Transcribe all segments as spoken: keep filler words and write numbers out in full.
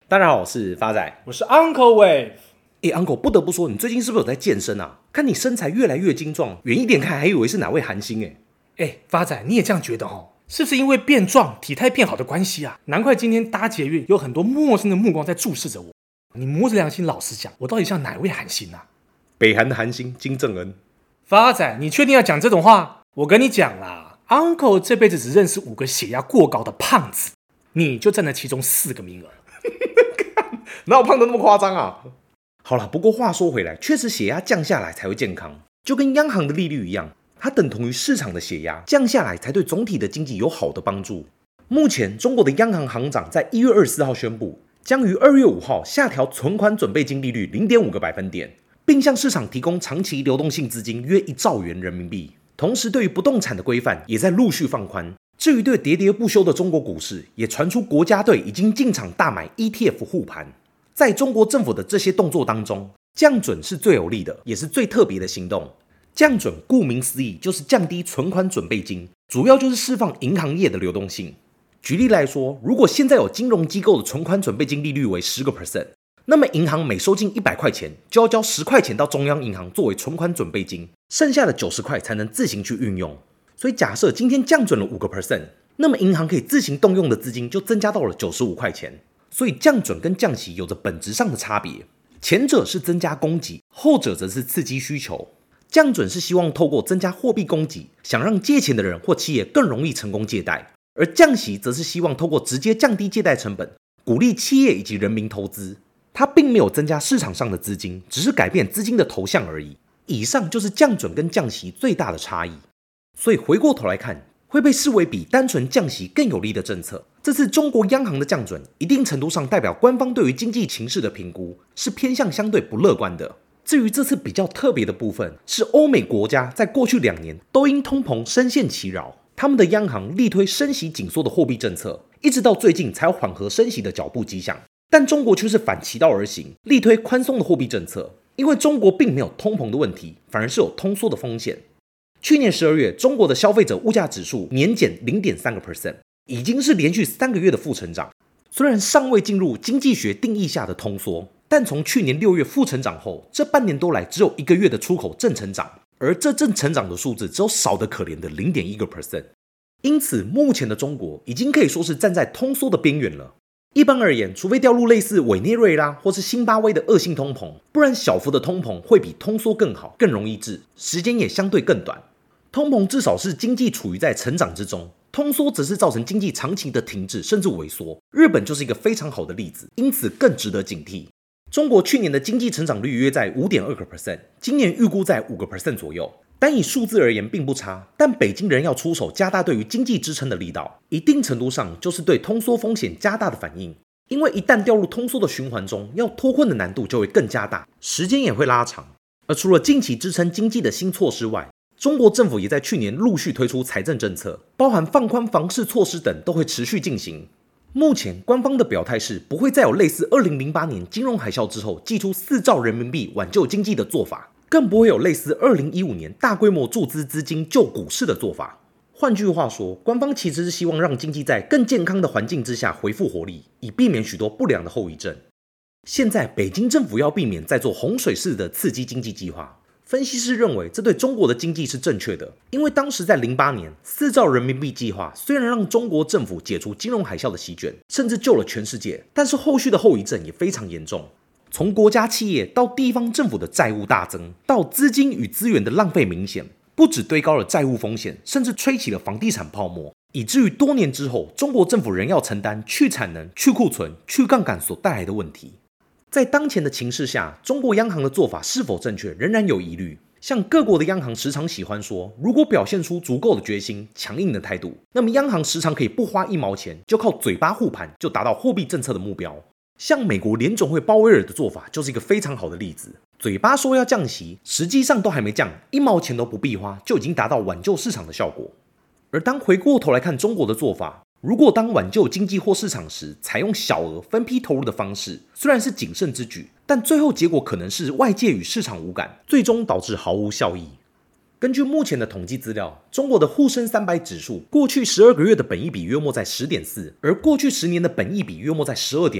大家好，我是发仔， 我是 Uncle Wave。 哎 ，Uncle， 不得不说，你最近是不是有在健身啊？看你身材越来越精壮，远一点看还以为是哪位韩星哎。 哎，发仔，你也这样觉得哦？是不是因为变壮、体态变好的关系啊？难怪今天搭捷运有很多陌生的目光在注视着我。你摸着良心老实讲，我到底像哪位韩星啊？ 北韩的韩星金正恩。 发仔，你确定要讲这种话？我跟你讲啦 ，Uncle 这辈子只认识五个血压过高的胖子，你就占了其中四个名额。 哪有胖的那么夸张啊？好了，不过话说回来，确实血压降下来才会健康，就跟央行的利率一样，它等同于市场的血压，降下来才对总体的经济有好的帮助。目前，中国的央行行长在一月二十四号宣布，将于二月五号下调存款准备金利率零点五个百分点，并向市场提供长期流动性资金约一兆元人民币。同时，对于不动产的规范也在陆续放宽。至于对喋喋不休的中国股市，也传出国家队已经进场大买 E T F 护盘。在中国政府的这些动作当中，降准是最有利的，也是最特别的行动。降准顾名思义就是降低存款准备金，主要就是释放银行业的流动性。举例来说，如果现在有金融机构的存款准备金利率为 百分之十， 那么银行每收进一百块钱，就要交十块钱到中央银行作为存款准备金，剩下的九十块才能自行去运用。所以假设今天降准了 百分之五， 那么银行可以自行动用的资金就增加到了九十五块钱。所以降准跟降息有着本质上的差别，前者是增加供给，后者则是刺激需求。降准是希望透过增加货币供给，想让借钱的人或企业更容易成功借贷，而降息则是希望透过直接降低借贷成本，鼓励企业以及人民投资。它并没有增加市场上的资金，只是改变资金的投向而已。以上就是降准跟降息最大的差异。所以回过头来看，会被视为比单纯降息更有利的政策。这次中国央行的降准，一定程度上代表官方对于经济情势的评估是偏向相对不乐观的。至于这次比较特别的部分，是欧美国家在过去两年都因通膨深陷其扰，他们的央行力推升息紧缩的货币政策，一直到最近才有缓和升息的脚步迹象。但中国却是反其道而行，力推宽松的货币政策，因为中国并没有通膨的问题，反而是有通缩的风险。去年十二月，中国的消费者物价指数年减 百分之零点三， 已经是连续三个月的负成长。虽然尚未进入经济学定义下的通缩，但从去年六月负成长后，这半年多来只有一个月的出口正成长，而这正成长的数字只有少得可怜的 百分之零点一。因此，目前的中国已经可以说是站在通缩的边缘了。一般而言，除非掉入类似委内瑞拉或是辛巴威的恶性通膨，不然小幅的通膨会比通缩更好，更容易治，时间也相对更短。通膨至少是经济处于在成长之中，通缩则是造成经济长期的停滞甚至萎缩。日本就是一个非常好的例子，因此更值得警惕。中国去年的经济成长率约在 百分之五点二， 今年预估在 百分之五 左右。单以数字而言并不差，但北京仍要出手加大对于经济支撑的力道，一定程度上就是对通缩风险加大的反应。因为一旦掉入通缩的循环中，要脱困的难度就会更加大，时间也会拉长。而除了近期支撑经济的新措施外，中国政府也在去年陆续推出财政政策，包含放宽房市措施等都会持续进行。目前官方的表态是不会再有类似二零零八年金融海啸之后祭出四兆人民币挽救经济的做法，更不会有类似二零一五年大规模注资资金救股市的做法。换句话说，官方其实是希望让经济在更健康的环境之下恢复活力，以避免许多不良的后遗症。现在北京政府要避免再做洪水式的刺激经济计划，分析师认为这对中国的经济是正确的，因为当时在零八年四兆人民币计划虽然让中国政府解除金融海啸的席卷，甚至救了全世界，但是后续的后遗症也非常严重。从国家企业到地方政府的债务大增，到资金与资源的浪费明显，不只堆高了债务风险，甚至吹起了房地产泡沫，以至于多年之后，中国政府仍要承担去产能、去库存、去杠杆所带来的问题。在当前的情势下，中国央行的做法是否正确，仍然有疑虑。像各国的央行时常喜欢说，如果表现出足够的决心、强硬的态度，那么央行时常可以不花一毛钱，就靠嘴巴护盘，就达到货币政策的目标。像美国联总会鲍威尔的做法就是一个非常好的例子，嘴巴说要降息，实际上都还没降，一毛钱都不必花，就已经达到挽救市场的效果。而当回过头来看中国的做法，如果当挽救经济或市场时，采用小额分批投入的方式，虽然是谨慎之举，但最后结果可能是外界与市场无感，最终导致毫无效益。根据目前的统计资料，中国的沪深三百指数过去十二个月的本益比约莫在 十点四，而过去十年的本益比约莫在 十二点五。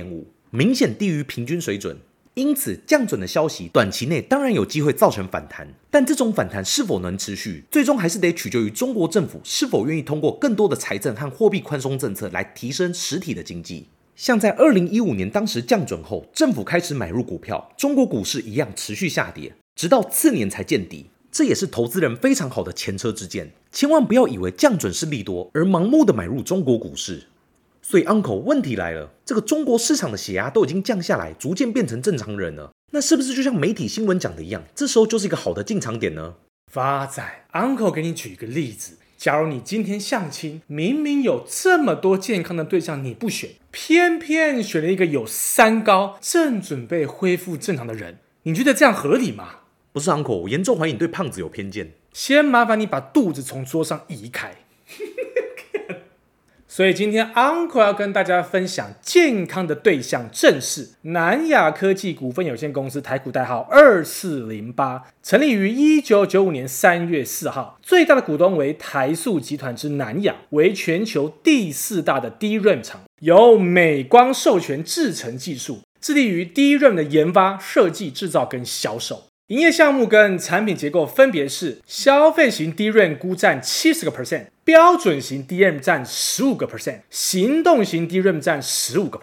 明显低于平均水准。因此，降准的消息短期内当然有机会造成反弹，但这种反弹是否能持续，最终还是得取决于中国政府是否愿意通过更多的财政和货币宽松政策来提升实体的经济。像在二零一五年当时降准后，政府开始买入股票，中国股市一样持续下跌，直到次年才见底。这也是投资人非常好的前车之鉴，千万不要以为降准是利多而盲目的买入中国股市。所以 Uncle 问题来了，这个中国市场的血压都已经降下来，逐渐变成正常人了，那是不是就像媒体新闻讲的一样，这时候就是一个好的进场点呢？ 发仔 Uncle 给你举一个例子，假如你今天相亲，明明有这么多健康的对象你不选，偏偏选了一个有三高正准备恢复正常的人，你觉得这样合理吗？ 不是 Uncle， 我严重怀疑你对胖子有偏见。 先麻烦你把肚子从桌上移开。所以今天 Uncle 要跟大家分享健康的对象正是南亚科技股份有限公司，台股代号二四零八，成立于一九九五年三月四号，最大的股东为台塑集团之南亚，为全球第四大的 D R A M 厂，由美光授权制程技术，致力于 D R A M 的研发、设计、制造跟销售。营业项目跟产品结构分别是消费型 D R A M 估占 百分之七十， 标准型 D R A M 占 百分之十五， 行动型 D R A M 占 百分之十五。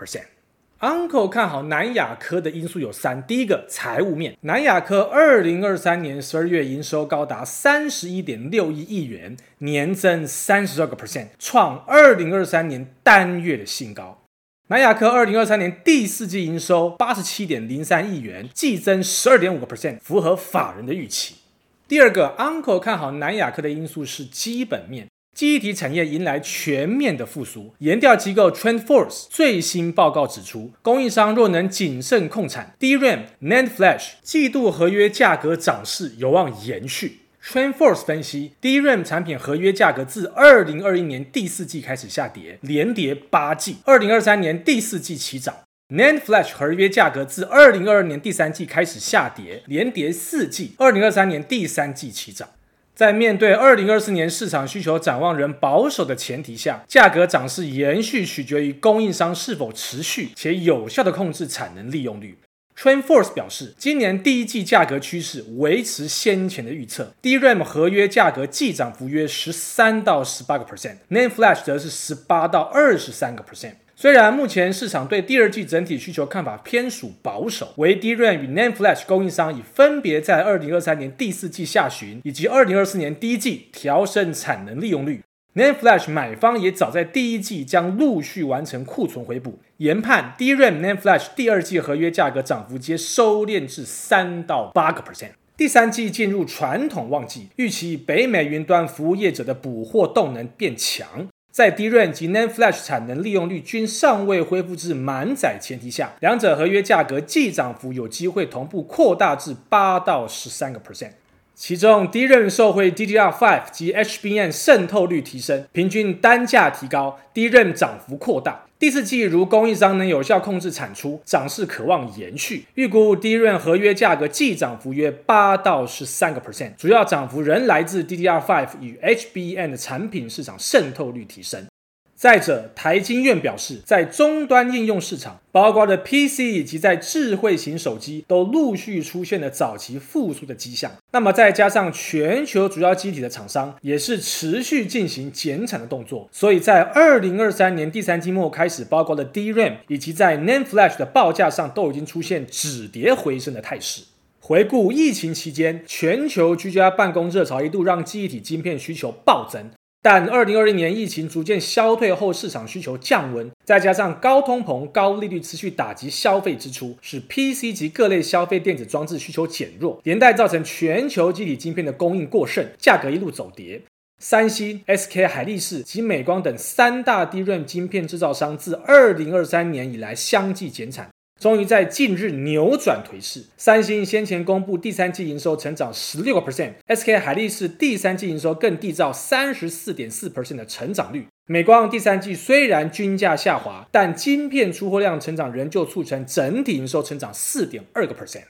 Uncle 看好南亚科的因素有三，第一个财务面，南亚科二零二三年十二月营收高达 三十一点六一亿元，年增 百分之三十二， 创二零二三年单月的新高。南亚科二零二三年第四季营收 八十七点零三亿元，季增 百分之十二点五， 符合法人的预期。第二个 Uncle 看好南亚科的因素是基本面，记忆体产业迎来全面的复苏。研调机构 TrendForce 最新报告指出，供应商若能谨慎控产 D R A M、NAND Flash 季度合约价格涨势有望延续。TrendForce 分析 D R A M 产品合约价格自二零二一年第四季开始下跌，连跌八季，二零二三年第四季起涨。NAND Flash 合约价格自二零二二年第三季开始下跌，连跌四季，二零二三年第三季起涨。在面对二零二四年市场需求展望仍保守的前提下，价格涨势延续取决于供应商是否持续且有效地控制产能利用率。TrendForce 表示，今年第一季价格趋势维持先前的预测 ，D R A M 合约价格季涨幅约 百分之十三到百分之十八 ，NAND Flash 则是 百分之十八到百分之二十三。虽然目前市场对第二季整体需求看法偏属保守，为 D R A M 与 NAND Flash 供应商已分别在二零二三年第四季下旬以及二零二四年第一季调升产能利用率。NAND Flash 买方也早在第一季将陆续完成库存回补，研判 D R A M、NAND Flash 第二季合约价格涨幅皆收敛至三到百分之八。第三季进入传统旺季，预期北美云端服务业者的补货动能变强。在 D R A M 及 NAND Flash 产能利用率均尚未恢复至满载前提下，两者合约价格季涨幅有机会同步扩大至八到百分之十三。其中 D R A M 受惠 D D R 五 及 H B M 渗透率提升，平均单价提高， D R A M 涨幅扩大。第四季如供应商能有效控制产出，涨势可望延续。预估 D R A M 合约价格季涨幅约八到百分之十三， 主要涨幅仍来自 D D R 五 与 H B M 的产品市场渗透率提升。再者，台经院表示，在终端应用市场，包括的 P C 以及在智慧型手机都陆续出现了早期复苏的迹象。那么再加上全球主要机体的厂商也是持续进行减产的动作，所以在二零二三年第三季末开始，包括的 D R A M 以及在 NAND Flash 的报价上都已经出现止跌回升的态势。回顾疫情期间，全球居家办公热潮一度让记忆体晶片需求暴增。但二零二零年疫情逐渐消退后，市场需求降温，再加上高通膨、高利率持续打击消费支出，使 P C 及各类消费电子装置需求减弱，连带造成全球基体晶片的供应过剩，价格一路走跌。三星、S K 海力士及美光等三大 D R A M 晶片制造商自二零二三年以来相继减产，终于在近日扭转颓势。三星先前公布第三季营收成长 百分之十六 ，S K 海力士第三季营收更缔造 百分之三十四点四 的成长率。美光第三季虽然均价下滑，但晶片出货量成长仍旧促成整体营收成长 百分之四点二。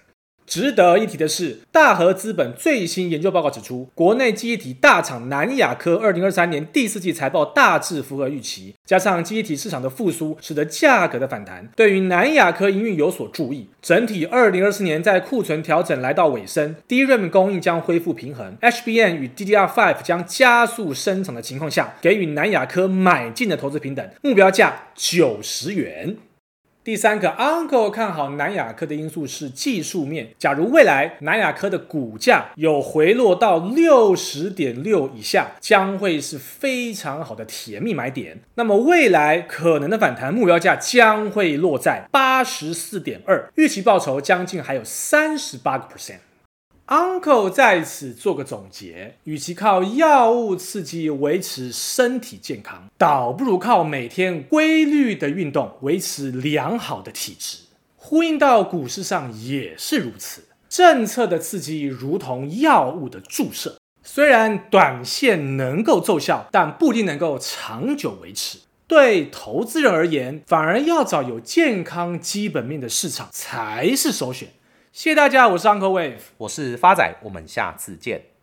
值得一提的是，大和资本最新研究报告指出，国内记忆体大厂南亚科二零二三年第四季财报大致符合预期，加上记忆体市场的复苏，使得价格的反弹，对于南亚科营运有所注意。整体二零二四年在库存调整来到尾声 ，D R A M 供应将恢复平衡 ，H B M 与 D D R 五 将加速生产的情况下，给予南亚科买进的投资平等，目标价九十元。第三个 Uncle 看好南亚科的因素是技术面。假如未来南亚科的股价有回落到 六十点六 以下，将会是非常好的甜蜜买点。那么未来可能的反弹目标价将会落在 八十四点二， 预期报酬将近还有 百分之三十八。Uncle 在此做个总结，与其靠药物刺激维持身体健康，倒不如靠每天规律的运动维持良好的体质。呼应到股市上也是如此，政策的刺激如同药物的注射，虽然短线能够奏效，但不一定能够长久维持。对投资人而言，反而要找有健康基本面的市场才是首选。谢谢大家，我是 Uncle Wave， 我是发仔，我们下次见。